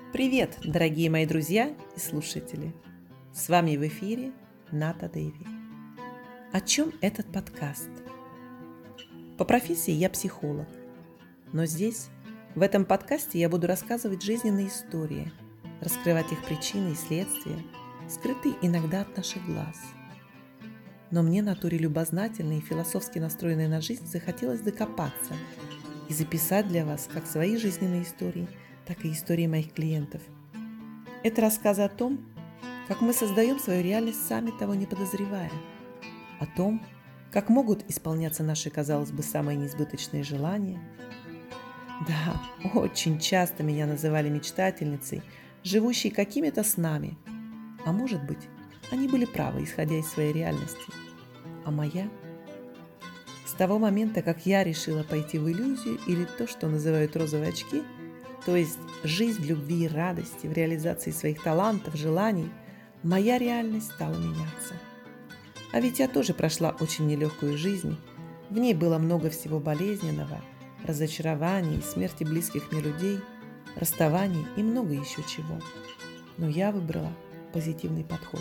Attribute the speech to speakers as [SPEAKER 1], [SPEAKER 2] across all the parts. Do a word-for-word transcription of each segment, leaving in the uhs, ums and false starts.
[SPEAKER 1] Привет, дорогие мои друзья и слушатели! С вами в эфире Ната Дэви. О чем этот подкаст? По профессии я психолог, но здесь, в этом подкасте, я буду рассказывать жизненные истории, раскрывать их причины и следствия, скрытые иногда от наших глаз. Но мне, натуре любознательной и философски настроенной на жизнь, захотелось докопаться и записать для вас как свои жизненные истории, так и истории моих клиентов. Это рассказы о том, как мы создаем свою реальность, сами того не подозревая. О том, как могут исполняться наши, казалось бы, самые несбыточные желания. Да, очень часто меня называли мечтательницей, живущей какими-то снами. А может быть, они были правы, исходя из своей реальности. А моя? С того момента, как я решила пойти в иллюзию, или то, что называют розовые очки, то есть жизнь в любви и радости, в реализации своих талантов, желаний, моя реальность стала меняться. А ведь я тоже прошла очень нелегкую жизнь. В ней было много всего болезненного, разочарований, смерти близких мне людей, расставаний и много еще чего. Но я выбрала позитивный подход.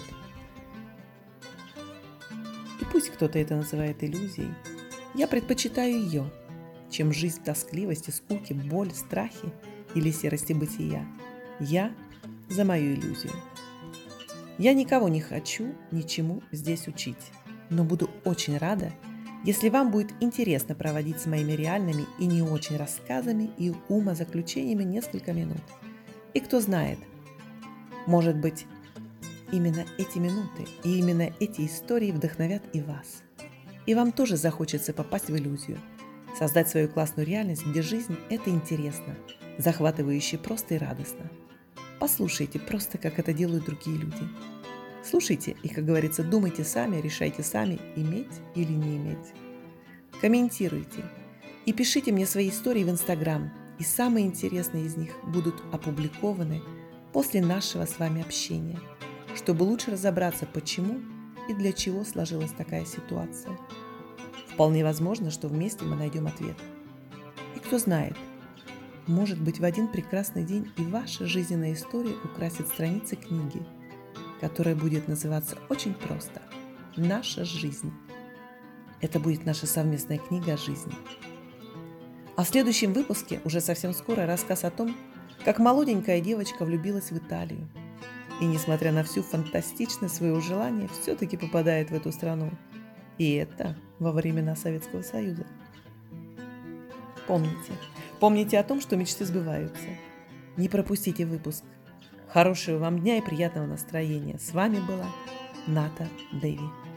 [SPEAKER 1] И пусть кто-то это называет иллюзией, я предпочитаю ее, чем жизнь в тоскливости, скуке, боль, страхе или серости бытия. Я за мою иллюзию. Я никого не хочу ничему здесь учить, но буду очень рада, если вам будет интересно проводить с моими реальными и не очень рассказами и умозаключениями несколько минут. И кто знает, может быть, именно эти минуты и именно эти истории вдохновят и вас. И вам тоже захочется попасть в иллюзию, создать свою классную реальность, где жизнь – это интересно, захватывающе просто и радостно. Послушайте просто, как это делают другие люди. Слушайте и, как говорится, думайте сами, решайте сами, иметь или не иметь. Комментируйте и пишите мне свои истории в Инстаграм, и самые интересные из них будут опубликованы после нашего с вами общения, чтобы лучше разобраться, почему и для чего сложилась такая ситуация. Вполне возможно, что вместе мы найдем ответ. И кто знает, может быть, в один прекрасный день и ваша жизненная история украсит страницы книги, которая будет называться очень просто «Наша жизнь». Это будет наша совместная книга о жизни. А в следующем выпуске, уже совсем скоро, рассказ о том, как молоденькая девочка влюбилась в Италию. И, несмотря на всю фантастичность своего желания, все-таки попадает в эту страну. И это во времена Советского Союза. Помните, помните о том, что мечты сбываются. Не пропустите выпуск. Хорошего вам дня и приятного настроения. С вами была Ната Дэви.